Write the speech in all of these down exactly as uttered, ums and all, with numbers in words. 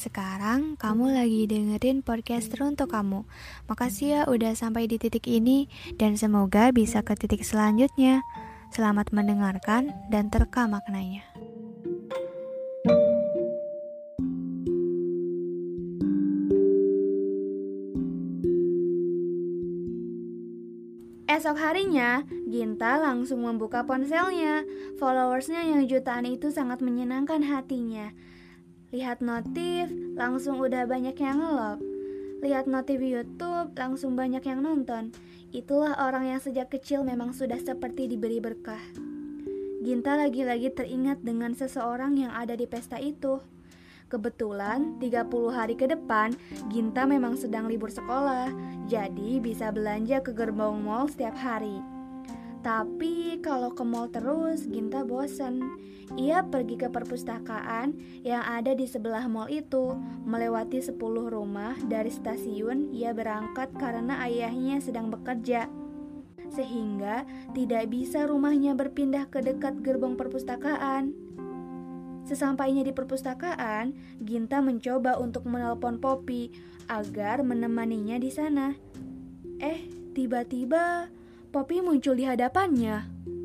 Sekarang kamu lagi dengerin podcast teruntuk kamu. Makasih ya udah sampai di titik ini dan semoga bisa ke titik selanjutnya. Selamat mendengarkan dan terka maknanya. Esok harinya, Ginta langsung membuka ponselnya. Followersnya yang jutaan itu sangat menyenangkan hatinya. Lihat notif, langsung udah banyak yang nge-love. Lihat notif YouTube, langsung banyak yang nonton. Itulah orang yang sejak kecil memang sudah seperti diberi berkah. Ginta lagi-lagi teringat dengan seseorang yang ada di pesta itu. Kebetulan tiga puluh hari ke depan Ginta memang sedang libur sekolah, jadi bisa belanja ke gerbang mall setiap hari. Tapi kalau ke mall terus Ginta bosan. Ia pergi ke perpustakaan yang ada di sebelah mall itu. Melewati sepuluh rumah dari stasiun ia berangkat karena ayahnya sedang bekerja, sehingga tidak bisa rumahnya berpindah ke dekat gerbang perpustakaan. Sesampainya di perpustakaan, Ginta mencoba untuk menelpon Poppy agar menemaninya di sana. Eh, tiba-tiba Poppy muncul di hadapannya.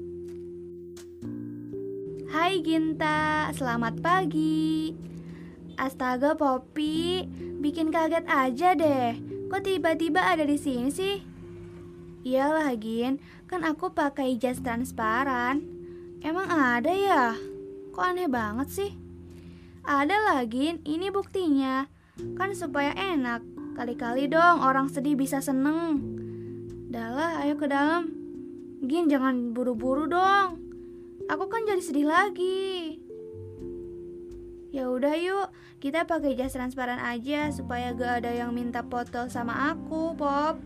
Hai Ginta, selamat pagi. Astaga Poppy, bikin kaget aja deh. Kok tiba-tiba ada di sini sih? Iyalah Gin, kan aku pakai jas transparan. Emang ada ya? Kok aneh banget sih? Ada lagi, ini buktinya. Kan supaya enak. Kali-kali dong orang sedih bisa seneng. Dahlah, ayo ke dalam. Gin, jangan buru-buru dong. Aku kan jadi sedih lagi. Ya udah yuk, kita pakai jas transparan aja supaya gak ada yang minta foto sama aku, Pop.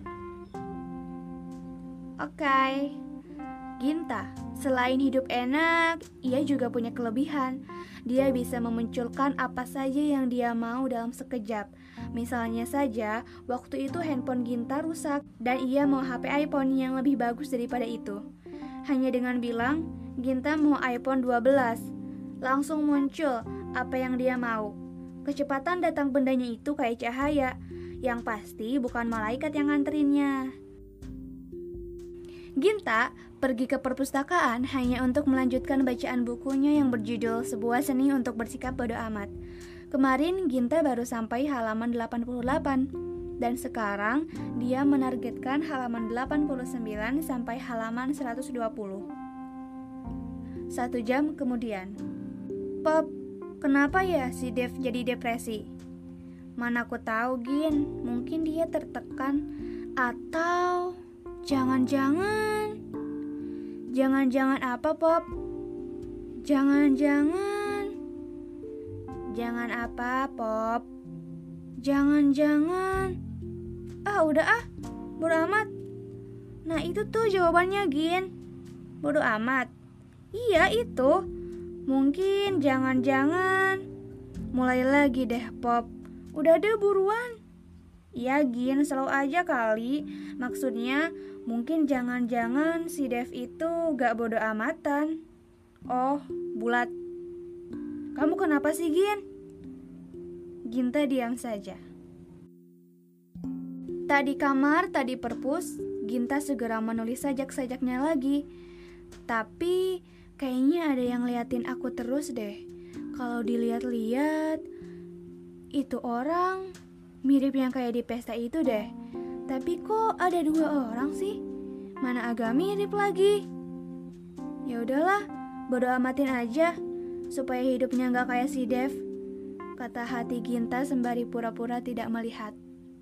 Oke. Okay. Ginta, selain hidup enak, ia juga punya kelebihan. Dia bisa memunculkan apa saja yang dia mau dalam sekejap. Misalnya saja, waktu itu handphone Ginta rusak dan ia mau H P iPhone yang lebih bagus daripada itu. Hanya dengan bilang, Ginta mau iPhone dua belas. Langsung muncul apa yang dia mau. Kecepatan datang bendanya itu kayak cahaya. Yang pasti bukan malaikat yang nganterinnya. Ginta pergi ke perpustakaan hanya untuk melanjutkan bacaan bukunya yang berjudul Sebuah Seni untuk Bersikap Bodo Amat. Kemarin Ginta baru sampai halaman delapan puluh delapan dan sekarang dia menargetkan halaman delapan puluh sembilan sampai halaman seratus dua puluh. Satu jam kemudian. Pop, kenapa ya si Dev jadi depresi? Mana aku tahu Gin, mungkin dia tertekan atau Jangan-jangan Jangan-jangan apa Pop? Jangan-jangan Jangan apa Pop? Jangan-jangan Ah udah ah, bodo amat. Nah itu tuh jawabannya Gin. Bodo amat. Iya itu. Mungkin jangan-jangan. Mulai lagi deh Pop. Udah deh buruan. Iya Gin, selalu aja kali. Maksudnya mungkin jangan-jangan si Dev itu gak bodo amatan. Oh, bulat. Kamu kenapa sih Gin? Ginta diam saja. Tak di kamar, tak di perpus, Ginta segera menulis sajak-sajaknya lagi. Tapi kayaknya ada yang liatin aku terus deh. Kalau dilihat-lihat, itu orang mirip yang kayak di pesta itu deh. Tapi kok ada dua orang sih? Mana agak mirip lagi. Ya udahlah, bodo amatin aja supaya hidupnya nggak kayak si Dev, kata hati Ginta sembari pura-pura tidak melihat.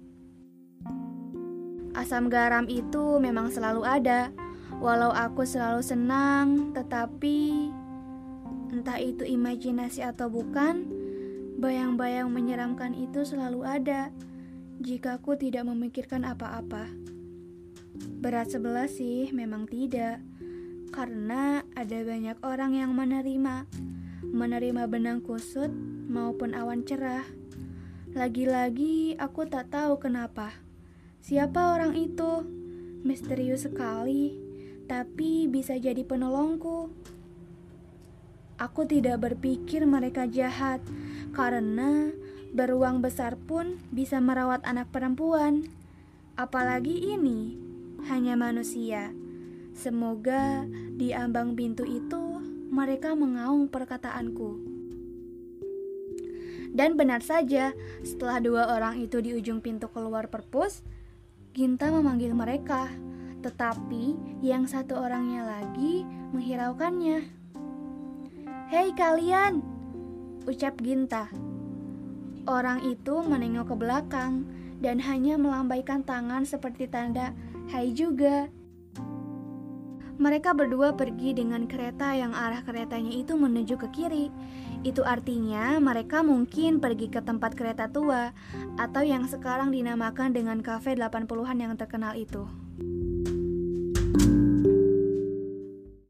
Asam garam itu memang selalu ada. Walau aku selalu senang, tetapi entah itu imajinasi atau bukan, bayang-bayang menyeramkan itu selalu ada jika aku tidak memikirkan apa-apa. Berat sebelah sih memang tidak, karena ada banyak orang yang menerima, menerima benang kusut maupun awan cerah. Lagi-lagi aku tak tahu kenapa. Siapa orang itu? Misterius sekali, tapi bisa jadi penolongku. Aku tidak berpikir mereka jahat, karena Beruang besar pun bisa merawat anak perempuan. Apalagi ini, hanya manusia. Semoga di ambang pintu itu mereka mengaung perkataanku. Dan benar saja, setelah dua orang itu di ujung pintu keluar perpus, Ginta memanggil mereka. Tetapi yang satu orangnya lagi menghiraukannya. "Hei kalian!" ucap Ginta. Orang itu menengok ke belakang dan hanya melambaikan tangan seperti tanda "hai" juga. Mereka berdua pergi dengan kereta yang arah keretanya itu menuju ke kiri. Itu artinya mereka mungkin pergi ke tempat kereta tua atau yang sekarang dinamakan dengan kafe delapan puluhan yang terkenal itu.